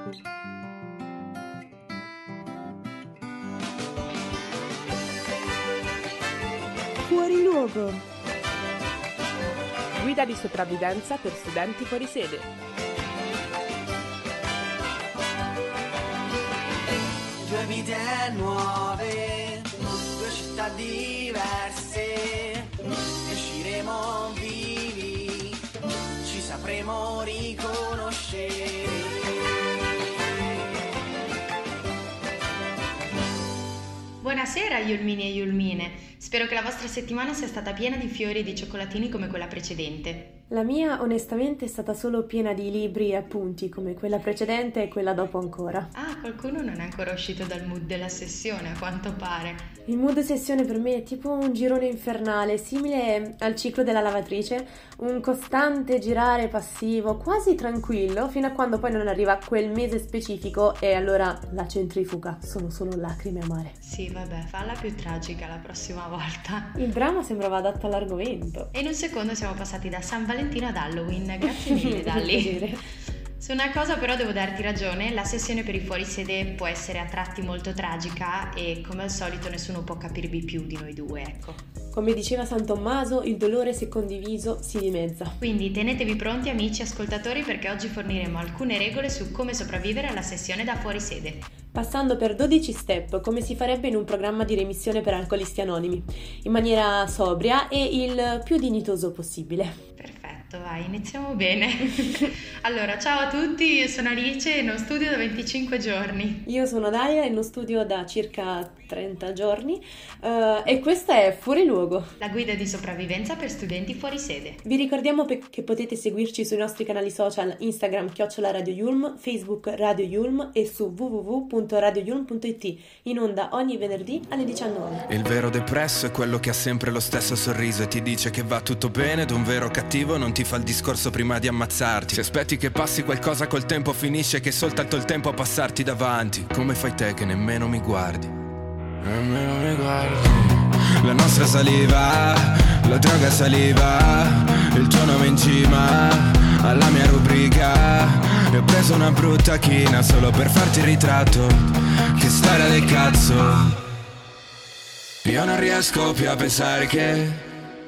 Fuori luogo. Guida di sopravvivenza per studenti fuori sede. Due vite nuove, due città diverse, usciremo vivi, ci sapremo riconoscere. Buonasera Yulmini e Yulmine, spero che la vostra settimana sia stata piena di fiori e di cioccolatini come quella precedente. La mia onestamente è stata solo piena di libri e appunti come quella precedente e quella dopo ancora. Ah, qualcuno non è ancora uscito dal mood della sessione, a quanto pare. Il mood sessione per me è tipo un girone infernale, simile al ciclo della lavatrice, un costante girare passivo, quasi tranquillo, fino a quando poi non arriva quel mese specifico e allora la centrifuga, sono solo lacrime amare. Sì, vabbè, falla più tragica la prossima volta. Il brano sembrava adatto all'argomento. E in un secondo siamo passati da San Valentino ad Halloween, grazie mille Dalli. Su una cosa però devo darti ragione, la sessione per i fuorisede può essere a tratti molto tragica e come al solito nessuno può capirvi più di noi due, ecco. Come diceva San Tommaso, il dolore se condiviso si dimezza. Quindi tenetevi pronti amici ascoltatori perché oggi forniremo alcune regole su come sopravvivere alla sessione da fuorisede. Passando per 12 step, come si farebbe in un programma di remissione per alcolisti anonimi, in maniera sobria e il più dignitoso possibile. Perfetto, vai, iniziamo bene. Allora, ciao a tutti, io sono Alice e non studio da 25 giorni. Io sono Dalia e non studio da circa 30 giorni e questa è Fuori Luogo, la guida di sopravvivenza per studenti fuori sede. Vi ricordiamo che potete seguirci sui nostri canali social Instagram @Radio Yulm, Facebook Radio Yulm e su www.radioyulm.it, in onda ogni venerdì alle 19. Il vero depresso è quello che ha sempre lo stesso sorriso e ti dice che va tutto bene, ed un vero cattivo non ti fa il discorso prima di ammazzarti. Se aspetti che passi qualcosa col tempo finisce che soltanto il tempo a passarti davanti. Come fai te che nemmeno mi guardi? Nemmeno mi guardi. La nostra saliva, la droga saliva, il tuo nome in cima alla mia rubrica. E ho preso una brutta china solo per farti il ritratto. Che storia del cazzo. Io non riesco più a pensare che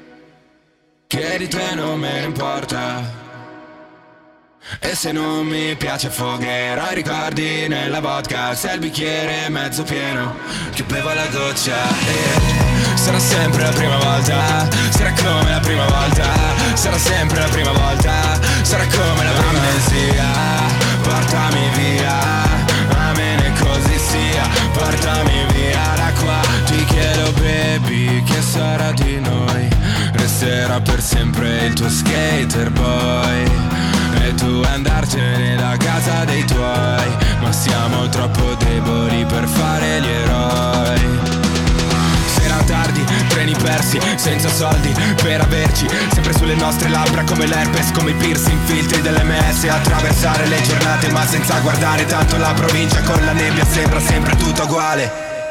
di te non me ne importa. E se non mi piace affogherò i ricordi nella vodka. Se il bicchiere è mezzo pieno che bevo la goccia. E sarà sempre la prima volta, sarà come la prima volta, sarà sempre la prima volta, sarà come la prima amnesia. Portami via, amen e così sia. Portami via da qua. Ti chiedo baby che sarà di noi. Resterà per sempre il tuo skater boy e tu andartene da casa dei tuoi. Ma siamo troppo deboli per fare gli eroi. Sera tardi, treni persi, senza soldi per averci. Sempre sulle nostre labbra come l'herpes, come i piercing, filtri dell'MS. Attraversare le giornate ma senza guardare tanto la provincia. Con la nebbia sembra sempre tutto uguale.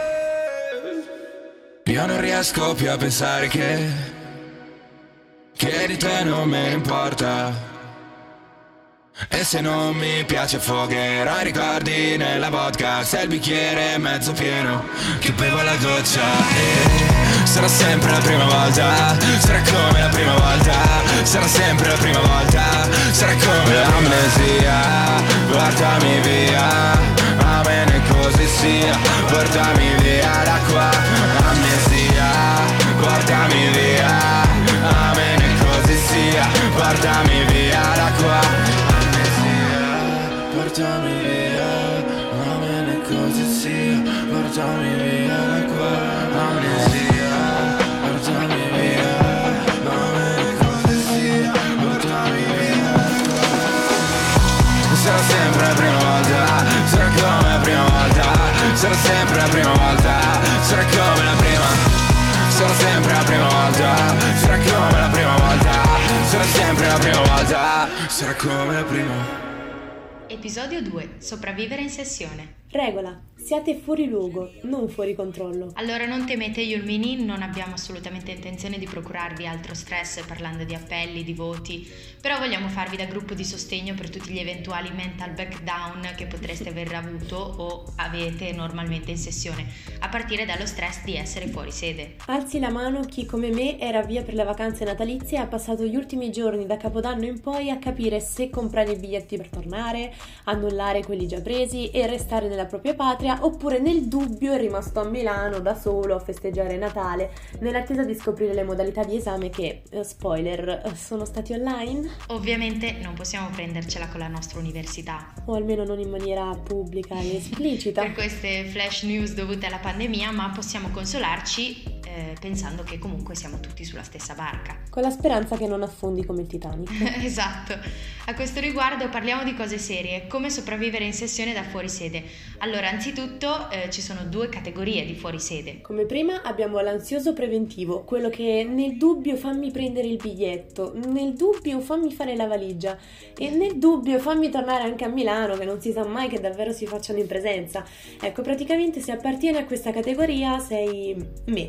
Io non riesco più a pensare che di te non me ne importa. E se non mi piace affogherò i ricordi nella vodka. Se il bicchiere è mezzo pieno che bevo la goccia. E sarà sempre la prima volta, sarà come la prima volta, sarà sempre la prima volta, sarà come l'amnesia. Portami via, amen e così sia. Portami via da qua, amnesia. Portami via, amen e così sia. Portami via da qua. Portami via, amen e così sia. Portami via da qua, amnesia. Portami via, amen e così sia. Portami via da qua. Sarà sempre la prima volta, sarà come la prima volta, sarà sempre la prima volta, sarà come la prima. Sarà sempre la prima volta, sarà come la prima volta, sarà sempre la prima volta, sarà come la prima. Episodio 2. Sopravvivere in sessione. Regola: siate fuori luogo, non fuori controllo. Allora non temete Yulmini, non abbiamo assolutamente intenzione di procurarvi altro stress parlando di appelli, di voti, però vogliamo farvi da gruppo di sostegno per tutti gli eventuali mental breakdown che potreste aver avuto o avete normalmente in sessione, a partire dallo stress di essere fuori sede. Alzi la mano chi come me era via per le vacanze natalizie e ha passato gli ultimi giorni da Capodanno in poi a capire se comprare i biglietti per tornare, annullare quelli già presi e restare nella propria patria, oppure nel dubbio è rimasto a Milano da solo a festeggiare Natale nell'attesa di scoprire le modalità di esame che, spoiler, sono stati online. Ovviamente non possiamo prendercela con la nostra università, O almeno non in maniera pubblica e esplicita. per queste flash news dovute alla pandemia, ma possiamo consolarci pensando che comunque siamo tutti sulla stessa barca. Con la speranza che non affondi come il Titanic. Esatto. A questo riguardo parliamo di cose serie, come sopravvivere in sessione da fuorisede. Allora, anzitutto ci sono 2 categorie di fuorisede. Come prima abbiamo l'ansioso preventivo, quello che nel dubbio fammi prendere il biglietto, nel dubbio fammi fare la valigia e nel dubbio fammi tornare anche a Milano, che non si sa mai che davvero si facciano in presenza. Ecco, praticamente se appartieni a questa categoria sei me.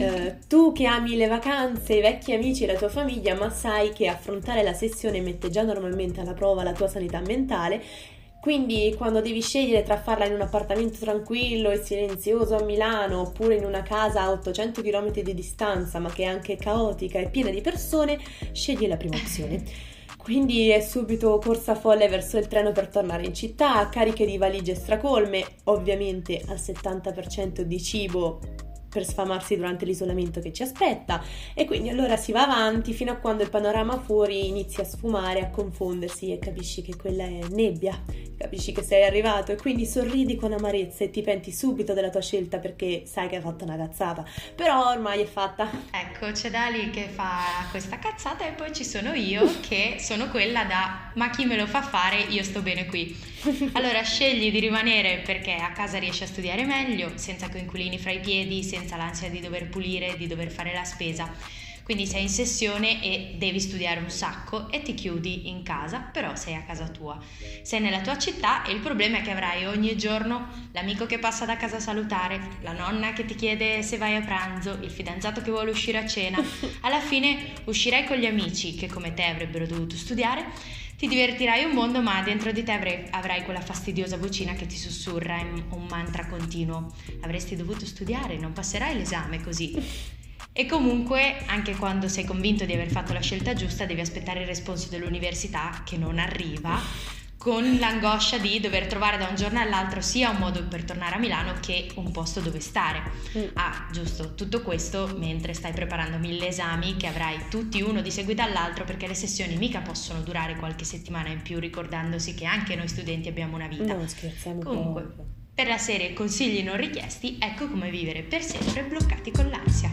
Tu che ami le vacanze, i vecchi amici e la tua famiglia, ma sai che affrontare la sessione mette già normalmente alla prova la tua sanità mentale. Quindi quando devi scegliere tra farla in un appartamento tranquillo e silenzioso a Milano oppure in una casa a 800 km di distanza ma che è anche caotica e piena di persone, scegli la prima opzione. Quindi è subito corsa folle verso il treno per tornare in città, cariche di valigie stracolme, ovviamente al 70% di cibo per sfamarsi durante l'isolamento che ci aspetta, e quindi allora si va avanti fino a quando il panorama fuori inizia a sfumare, a confondersi e capisci che quella è nebbia, capisci che sei arrivato e quindi sorridi con amarezza e ti penti subito della tua scelta perché sai che hai fatto una cazzata, però ormai è fatta. Ecco, c'è Dali che fa questa cazzata e poi ci sono io che sono quella da ma chi me lo fa fare, io sto bene qui. Allora scegli di rimanere perché a casa riesci a studiare meglio, senza coinquilini fra i piedi, senza l'ansia di dover pulire, di dover fare la spesa. Quindi sei in sessione e devi studiare un sacco e ti chiudi in casa, però sei a casa tua. Sei nella tua città e il problema è che avrai ogni giorno l'amico che passa da casa a salutare, la nonna che ti chiede se vai a pranzo, il fidanzato che vuole uscire a cena. Alla fine uscirai con gli amici che come te avrebbero dovuto studiare, ti divertirai un mondo, ma dentro di te avrai quella fastidiosa vocina che ti sussurra in un mantra continuo. Avresti dovuto studiare, non passerai l'esame così. E comunque, anche quando sei convinto di aver fatto la scelta giusta, devi aspettare il responso dell'università che non arriva, con l'angoscia di dover trovare da un giorno all'altro sia un modo per tornare a Milano che un posto dove stare. Ah, giusto, tutto questo mentre stai preparando 1000 esami che avrai tutti uno di seguito all'altro, perché le sessioni mica possono durare qualche settimana in più, ricordandosi che anche noi studenti abbiamo una vita. No, scherziamo. Comunque, proprio. per la serie consigli non richiesti, ecco come vivere per sempre bloccati con l'ansia.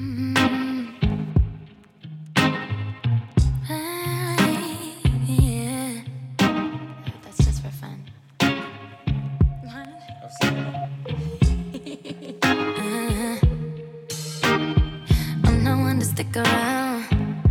Stick around.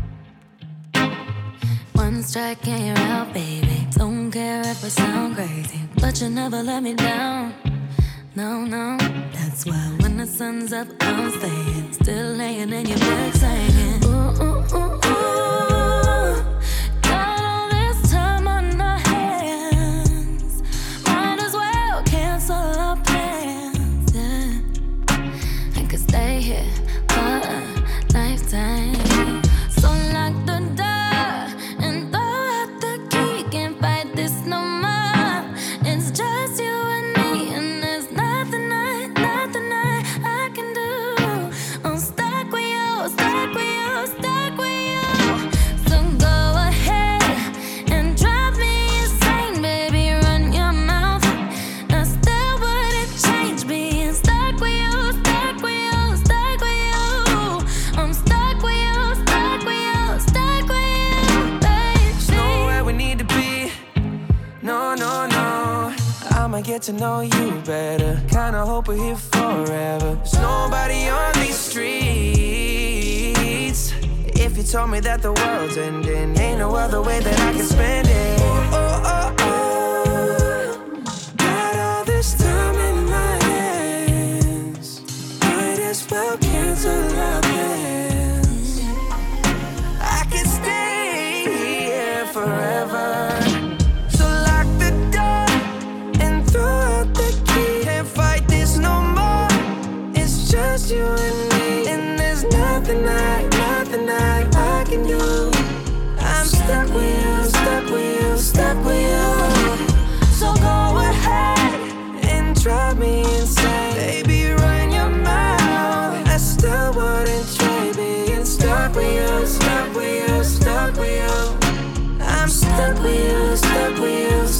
One strike and you're out, baby. Don't care if I sound crazy, but you never let me down. No, no, that's why when the sun's up, I'm staying. Still laying in your bed singing. Ooh, ooh, ooh, ooh. Got all this time on our hands. Might as well cancel our plans. Yeah, I could stay here for a lifetime. So lock the door and throw out the key. Can't fight this no more. It's just you and me, and there's nothing I can do. I'm stuck with you, stuck with you, stuck with you. So go ahead and drive me insane, baby. Run your mouth. I still wouldn't change being stuck with you, stuck with you, stuck with you. I'm stuck with you, stuck with you, stuck with you, baby. There's nowhere we need to be. No, no, no. I'ma get to know you better. Kinda hope we're here forever. There's nobody on these streets. If you told me that the world's ending, ain't no other way that I can spend it. Oh, oh, oh, oh. Got all this time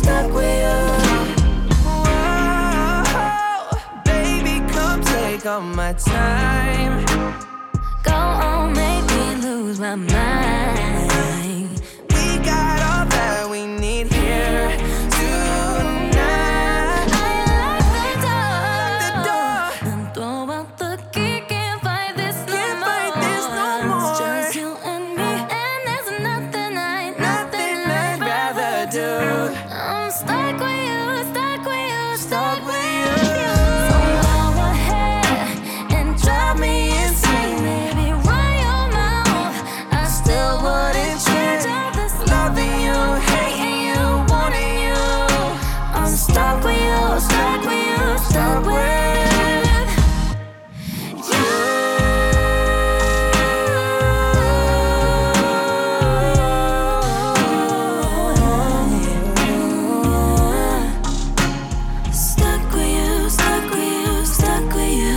stuck with you. Whoa, baby, come take all my time. Go on, make me lose my mind. We got all that we need here tonight. I lock the door and throw out the key. Can't fight this no more. It's just you and me, and there's nothing I'd rather do. I'm stuck with you, stuck with you, stuck with you. So go ahead and drive me insane, baby. Run your mouth, I still wouldn't change all this loving you, hating you, wanting you. I'm stuck with you, stuck with you, stuck with you. Stuck with you, stuck with you, stuck with you.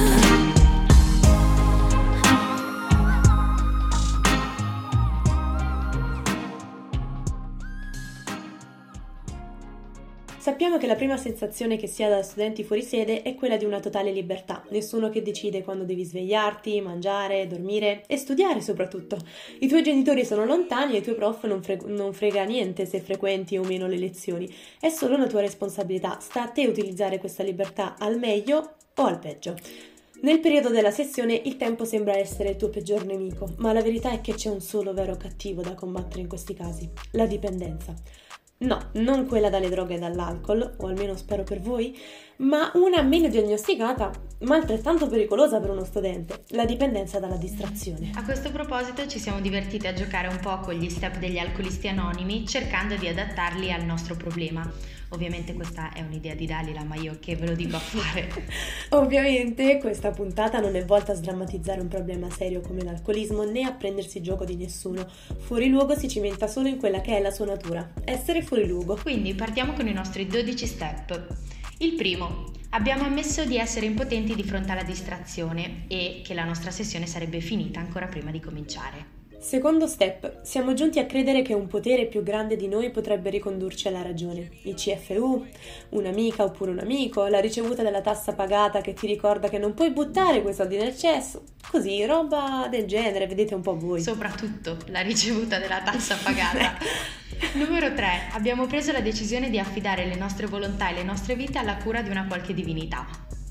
Sappiamo che la prima sensazione che si ha da studenti fuori sede è quella di una totale libertà, nessuno che decide quando devi svegliarti, mangiare, dormire e studiare soprattutto. I tuoi genitori sono lontani e i tuoi prof non frega niente se frequenti o meno le lezioni, è solo una tua responsabilità, sta a te utilizzare questa libertà al meglio o al peggio. Nel periodo della sessione il tempo sembra essere il tuo peggior nemico, ma la verità è che c'è un solo vero cattivo da combattere in questi casi, la dipendenza. No, non quella dalle droghe e dall'alcol, o almeno spero per voi, ma una meno diagnosticata, ma altrettanto pericolosa per uno studente, la dipendenza dalla distrazione. A questo proposito ci siamo divertiti a giocare un po' con gli step degli alcolisti anonimi, cercando di adattarli al nostro problema. Ovviamente questa è un'idea di Dalila, ma io che ve lo dico a fare. Ovviamente questa puntata non è volta a sdrammatizzare un problema serio come l'alcolismo né a prendersi gioco di nessuno. Fuori luogo si cimenta solo in quella che è la sua natura, essere fuori luogo. Quindi partiamo con i nostri 12 step. Il primo: abbiamo ammesso di essere impotenti di fronte alla distrazione e che la nostra sessione sarebbe finita ancora prima di cominciare. Secondo step, siamo giunti a credere che un potere più grande di noi potrebbe ricondurci alla ragione. Il CFU, un'amica oppure un amico, la ricevuta della tassa pagata che ti ricorda che non puoi buttare quei soldi nel cesso, così, roba del genere, vedete un po' voi. Soprattutto la ricevuta della tassa pagata. Numero 3. Abbiamo preso la decisione di affidare le nostre volontà e le nostre vite alla cura di una qualche divinità.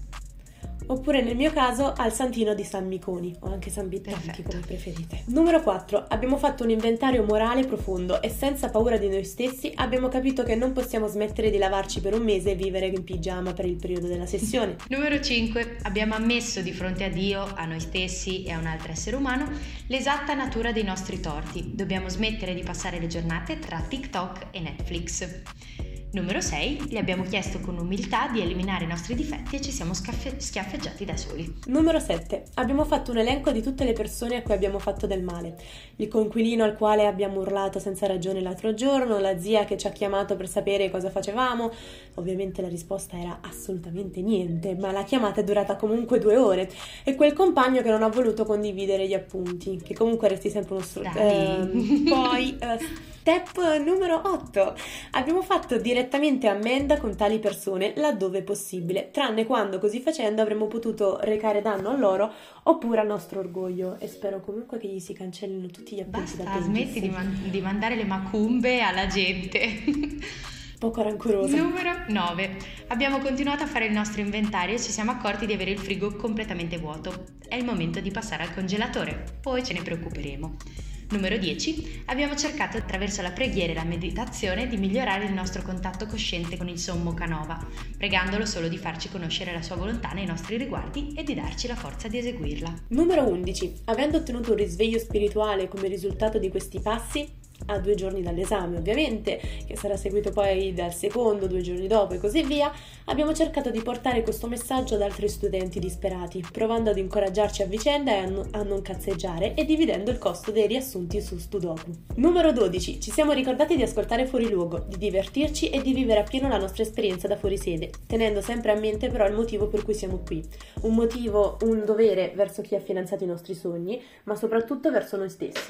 Oppure nel mio caso al santino di San Miconi o anche San Bittenti, Perfetto. come preferite. Numero 4. Abbiamo fatto un inventario morale profondo e senza paura di noi stessi abbiamo capito che non possiamo smettere di lavarci per un mese e vivere in pigiama per il periodo della sessione. Numero 5. Abbiamo ammesso di fronte a Dio, a noi stessi e a un altro essere umano l'esatta natura dei nostri torti. Dobbiamo smettere di passare le giornate tra TikTok e Netflix. Numero 6. Gli abbiamo chiesto con umiltà di eliminare i nostri difetti e ci siamo schiaffeggiati da soli. Numero 7. Abbiamo fatto un elenco di tutte le persone a cui abbiamo fatto del male. Il coinquilino al quale abbiamo urlato senza ragione l'altro giorno, la zia che ci ha chiamato per sapere cosa facevamo. Ovviamente la risposta era assolutamente niente, ma la chiamata è durata comunque 2 ore. E quel compagno che non ha voluto condividere gli appunti, che comunque resti sempre uno Poi... Step numero 8. Abbiamo fatto direttamente ammenda con tali persone laddove possibile, tranne quando così facendo avremmo potuto recare danno a loro oppure al nostro orgoglio, e spero comunque che gli si cancellino tutti gli appunti da Basta, smetti di mandare le macumbe alla gente. Poco rancorosa. Numero 9. Abbiamo continuato a fare il nostro inventario e ci siamo accorti di avere il frigo completamente vuoto. È il momento di passare al congelatore, poi ce ne preoccuperemo. Numero 10. Abbiamo cercato attraverso la preghiera e la meditazione di migliorare il nostro contatto cosciente con il sommo Canova, pregandolo solo di farci conoscere la sua volontà nei nostri riguardi e di darci la forza di eseguirla. Numero 11. Avendo ottenuto un risveglio spirituale come risultato di questi passi, a 2 giorni dall'esame ovviamente, che sarà seguito poi dal secondo 2 giorni dopo e così via, abbiamo cercato di portare questo messaggio ad altri studenti disperati, provando ad incoraggiarci a vicenda e a non cazzeggiare e dividendo il costo dei riassunti su Sudoku. Numero 12. Ci siamo ricordati di ascoltare fuori luogo, di divertirci e di vivere appieno la nostra esperienza da fuorisede, tenendo sempre a mente però il motivo per cui siamo qui. Un motivo, un dovere verso chi ha finanziato i nostri sogni, ma soprattutto verso noi stessi.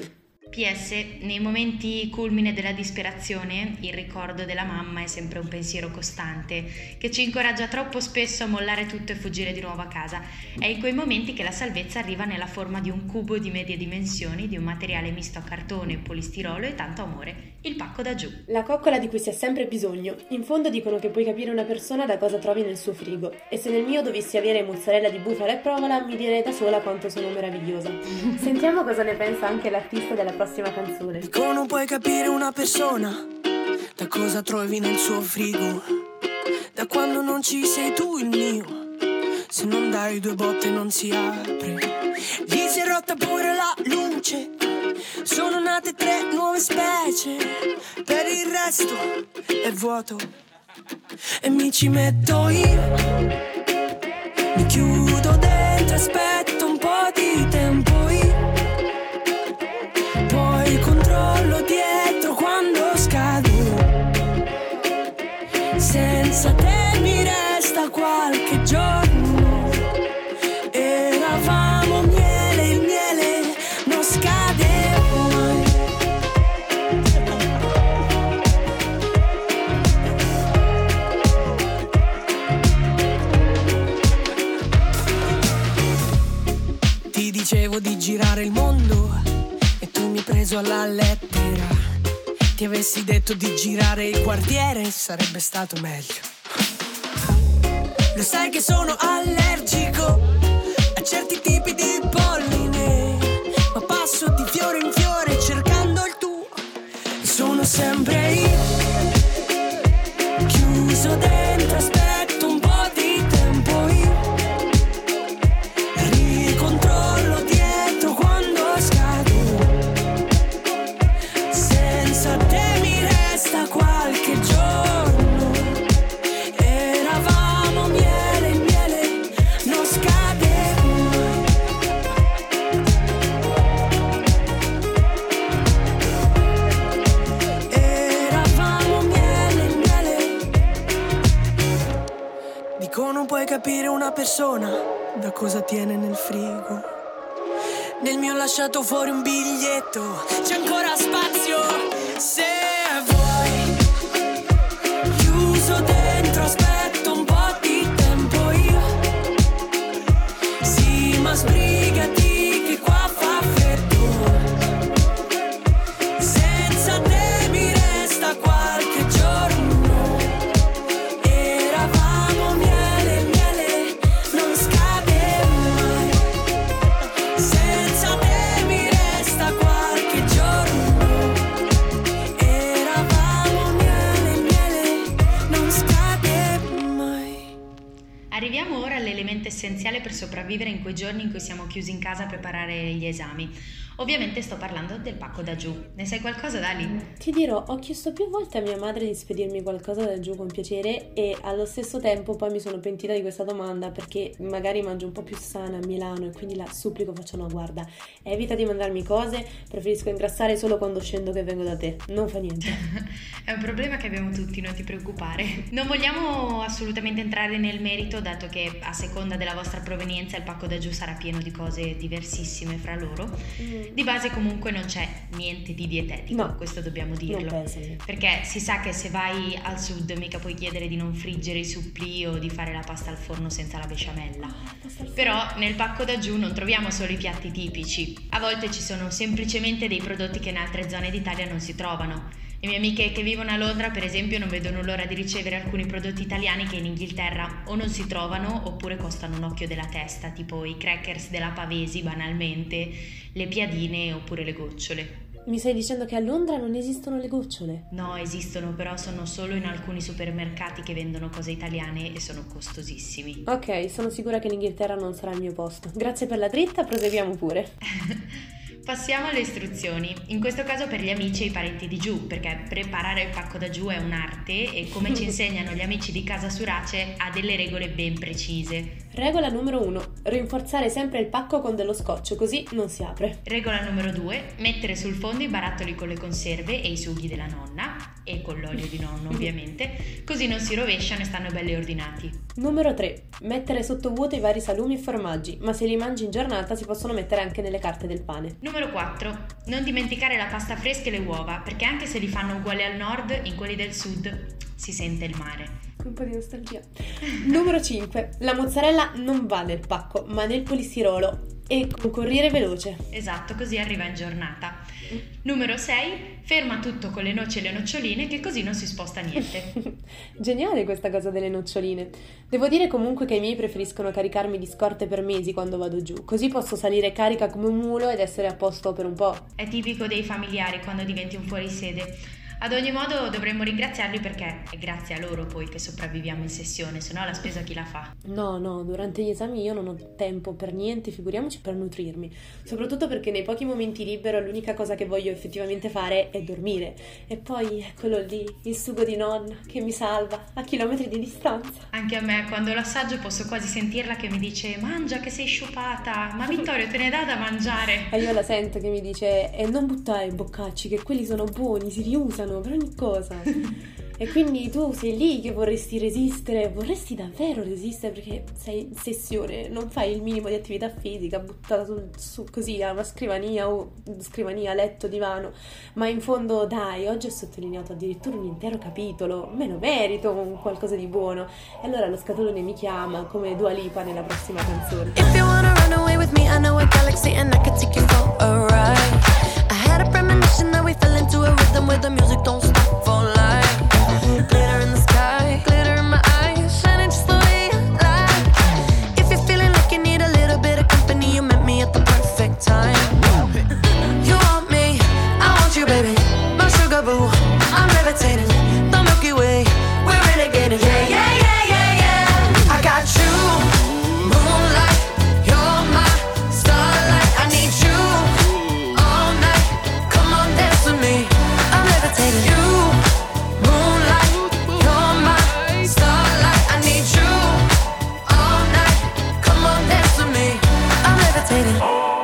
PS, nei momenti culmine della disperazione, il ricordo della mamma è sempre un pensiero costante, che ci incoraggia troppo spesso a mollare tutto e fuggire di nuovo a casa. È in quei momenti che la salvezza arriva nella forma di un cubo di medie dimensioni, di un materiale misto a cartone, polistirolo e tanto amore, il pacco da giù. La coccola di cui si ha sempre bisogno. In fondo dicono che puoi capire una persona da cosa trovi nel suo frigo, e se nel mio dovessi avere mozzarella di bufala e provola, mi direi da sola quanto sono meravigliosa. Sentiamo cosa ne pensa anche l'artista della prossima canzone. Dicono puoi capire una persona da cosa trovi nel suo frigo, da quando non ci sei tu il mio, se non dai 2 botte non si apre. Gli si è rotta pure la luce, sono nate 3 nuove specie, per il resto è vuoto e mi ci metto io, mi chiudo dentro, aspetto un po' di tempo io, poi controllo dietro quando scado, senza te mi resta qualche giorno, eravamo miele, il miele non scade mai. Ti dicevo di girare il mondo e tu mi hai preso alla lettera. Ti avessi detto di girare il quartiere sarebbe stato meglio. Lo sai che sono allergico a certi tipi di polline, ma passo di fiore in fiore cercando il tuo e sono sempre io, chiuso dentro, aspetto un po' di tempo io, ricontrollo dietro quando scado, senza te mi resta qualche giorno, eravamo miele, il miele non scade mai. Eravamo miele, il miele. Dicono puoi capire una persona da cosa tiene nel frigo. Nel mio ho lasciato fuori un biglietto, c'è ancora spazio se vuoi. Chiuso dentro, aspetto un po' di tempo io. Sì, ma sbrigati che qua fa freddo. Senza te mi resta qualche giorno. Eravamo miele, il miele non scade mai. Senza te mi resta qualche giorno. Eravamo miele, il miele non scade mai. Arriviamo ora all'elemento essenziale per sopravvivere in quei giorni in cui siamo chiusi in casa a preparare gli esami. Ovviamente sto parlando del pacco da giù. Ne sai qualcosa, Dali? Ti dirò, ho chiesto più volte a mia madre di spedirmi qualcosa da giù con piacere e allo stesso tempo poi mi sono pentita di questa domanda perché magari mangio un po' più sana a Milano e quindi la supplico, faccio no, guarda, evita di mandarmi cose, preferisco ingrassare solo quando scendo che vengo da te, non fa niente. È un problema che abbiamo tutti, non ti preoccupare. Non vogliamo assolutamente entrare nel merito, dato che a seconda della vostra provenienza il pacco da giù sarà pieno di cose diversissime fra loro. Di base comunque non c'è niente di dietetico, No, questo dobbiamo dirlo. non penso. Perché si sa che se vai al sud mica puoi chiedere di non friggere i supplì o di fare la pasta al forno senza la besciamella. Però nel pacco da giù non troviamo solo i piatti tipici, a volte ci sono semplicemente dei prodotti che in altre zone d'Italia non si trovano. Le mie amiche che vivono a Londra, per esempio, non vedono l'ora di ricevere alcuni prodotti italiani che in Inghilterra o non si trovano oppure costano un occhio della testa, tipo i crackers della Pavesi banalmente, le piadine oppure le gocciole. Mi stai dicendo che a Londra non esistono le gocciole? No, esistono, però sono solo in alcuni supermercati che vendono cose italiane e sono costosissimi. Ok, sono sicura che l'Inghilterra non sarà il mio posto. Grazie per la dritta, proseguiamo pure. Passiamo alle istruzioni, in questo caso per gli amici e i parenti di giù, perché preparare il pacco da giù è un'arte e come ci insegnano gli amici di Casa Surace ha delle regole ben precise. Regola numero 1. Rinforzare sempre il pacco con dello scotch, così non si apre. Regola numero 2. Mettere sul fondo i barattoli con le conserve e i sughi della nonna, e con l'olio di nonno ovviamente, così non si rovesciano e stanno belli ordinati. Numero 3. Mettere sotto vuoto i vari salumi e formaggi, ma se li mangi in giornata si possono mettere anche nelle carte del pane. Numero 4. Non dimenticare la pasta fresca e le uova, perché anche se li fanno uguali al nord, in quelli del sud si sente il mare. Un po' di nostalgia. Numero 5. La mozzarella non va nel pacco, ma nel polistirolo e con corriere veloce. Esatto, così arriva in giornata. Numero 6. Ferma tutto con le noci e le noccioline, che così non si sposta niente. Geniale questa cosa delle noccioline. Devo dire comunque che i miei preferiscono caricarmi di scorte per mesi quando vado giù, così posso salire carica come un mulo ed essere a posto per un po'. È tipico dei familiari quando diventi un fuorisede. Ad ogni modo dovremmo ringraziarli, perché è grazie a loro poi che sopravviviamo in sessione, se no la spesa chi la fa? No, durante gli esami io non ho tempo per niente, figuriamoci per nutrirmi. Soprattutto perché nei pochi momenti libero l'unica cosa che voglio effettivamente fare è dormire. E poi eccolo lì, il sugo di nonna che mi salva a chilometri di distanza. Anche a me, quando l'assaggio posso quasi sentirla che mi dice: mangia che sei sciupata, ma Vittorio te ne dà da mangiare. E io la sento che mi dice: e non buttare i boccacci, che quelli sono buoni, si riusano per ogni cosa. E quindi tu sei lì che vorresti resistere, vorresti davvero resistere, perché sei in sessione, non fai il minimo di attività fisica, buttata su così a una scrivania o scrivania, letto, divano, ma in fondo dai, oggi ho sottolineato addirittura un intero capitolo, me lo merito un qualcosa di buono. E allora lo scatolone mi chiama come Dua Lipa nella prossima canzone. If you wanna run away with me, I know a galaxy and I can take you for a ride. I had a premonition that we fell into a rhythm where the music don't stop for life. Glitter in the sky, glitter in my eyes, shining just the way you like. If you're feeling like you need a little bit of company, you met me at the perfect time. You want me, I want you, baby, my sugar boo. I'm levitating, the Milky Way, we're renegading. Yeah, yeah, yeah, yeah, yeah. I got you, moonlight, you're my starlight. I need you all night, come on dance with me. I'm levitating. You, moonlight, you're my starlight. I need you all night, come on dance with me. I'm levitating.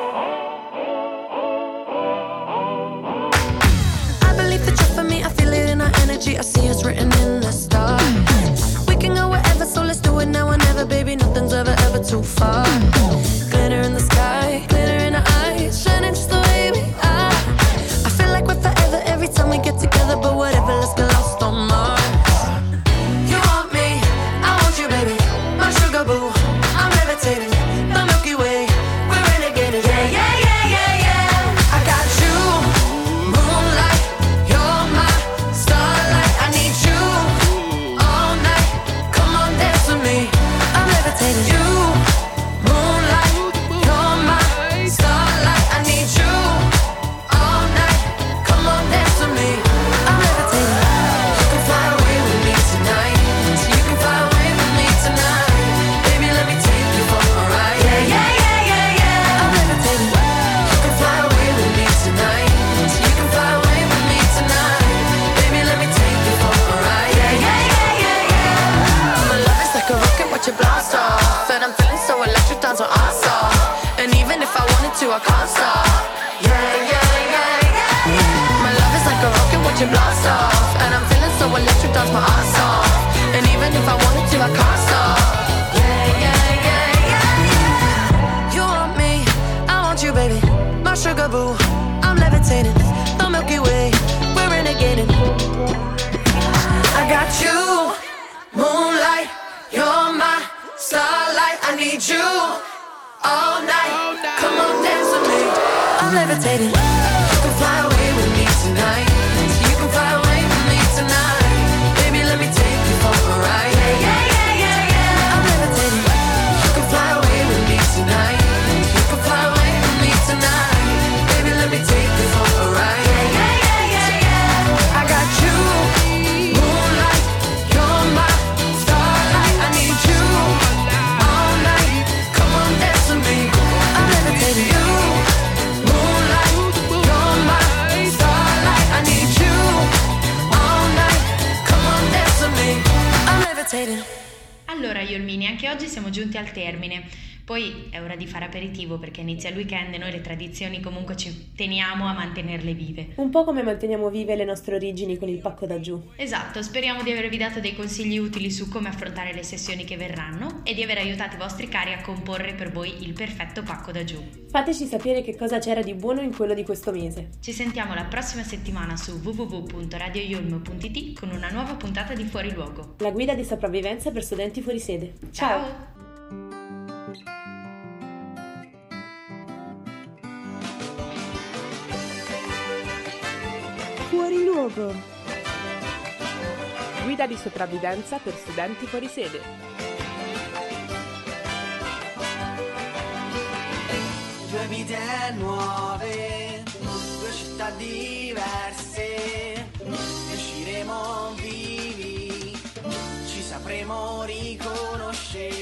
I believe that you're for me, I feel it in our energy, I see it's written in the stars. We can go wherever, so let's do it now or never, baby, nothing's ever too far. Glitter in the sky, glitter in our eyes, shining just the way we are. I feel like we're forever every time we get together, but whatever, let's get lost on Mars. You want me, I want you, baby, my sugar boo. I'm levitating, the Milky Way, we're renegading. Yeah, yeah, yeah, yeah, yeah. I got you, moonlight, you're my starlight. I need you all night, come on dance with me. I'm levitating. You, moonlight, you're my starlight. I need you all night, come on dance with me. I'm levitating. You can fly away with me tonight, so you can fly away with me tonight. Baby, let me take you for a ride. Yeah, yeah, yeah, yeah, yeah. I'm levitating. You can fly away with me tonight, so you can fly away with me tonight. Baby, let me take you for a ride. Yeah, yeah, yeah, yeah, yeah. My love is like a rocket, watch it blast off, and I'm feeling so electric, down so awesome. And even if I wanted to, I can't stop. Yeah, yeah, yeah, yeah. My love is like a rocket, watch it blast off, and I'm feeling so electric, dance my ass off. And even if I wanted to, I can't stop. Yeah, yeah, yeah, yeah. You want me, I want you, baby, my sugar boo. I'm levitating, the Milky Way, we're renegading. I got you, moonlight, you're my starlight. I need you all night, come on dance with me. I'm levitating. You can fly away with me tonight, so you can fly away with me tonight. Baby, let me take you for a ride. Yeah, yeah, yeah, yeah, yeah. I'm levitating. You can fly away with me tonight, you can fly away with me tonight. Baby, let me take you for a ride. Yeah, yeah, yeah, yeah, yeah. I got you, moonlight, you're my starlight. I need you all night, come on dance with me. I'm levitating. You, moonlight, you're my Allora Yolmini, anche oggi siamo giunti al termine. Poi è ora di fare aperitivo perché inizia il weekend e noi le tradizioni comunque ci teniamo a mantenerle vive. Un po' come manteniamo vive le nostre origini con il pacco da giù. Esatto, speriamo di avervi dato dei consigli utili su come affrontare le sessioni che verranno e di aver aiutato i vostri cari a comporre per voi il perfetto pacco da giù. Fateci sapere che cosa c'era di buono in quello di questo mese. Ci sentiamo la prossima settimana su www.radioyulm.it con una nuova puntata di Fuori Luogo. La guida di sopravvivenza per studenti fuori sede. Ciao! Fuori luogo. Guida di sopravvivenza per studenti fuori sede. Due vite nuove, due città diverse, usciremo vivi, ci sapremo riconoscere.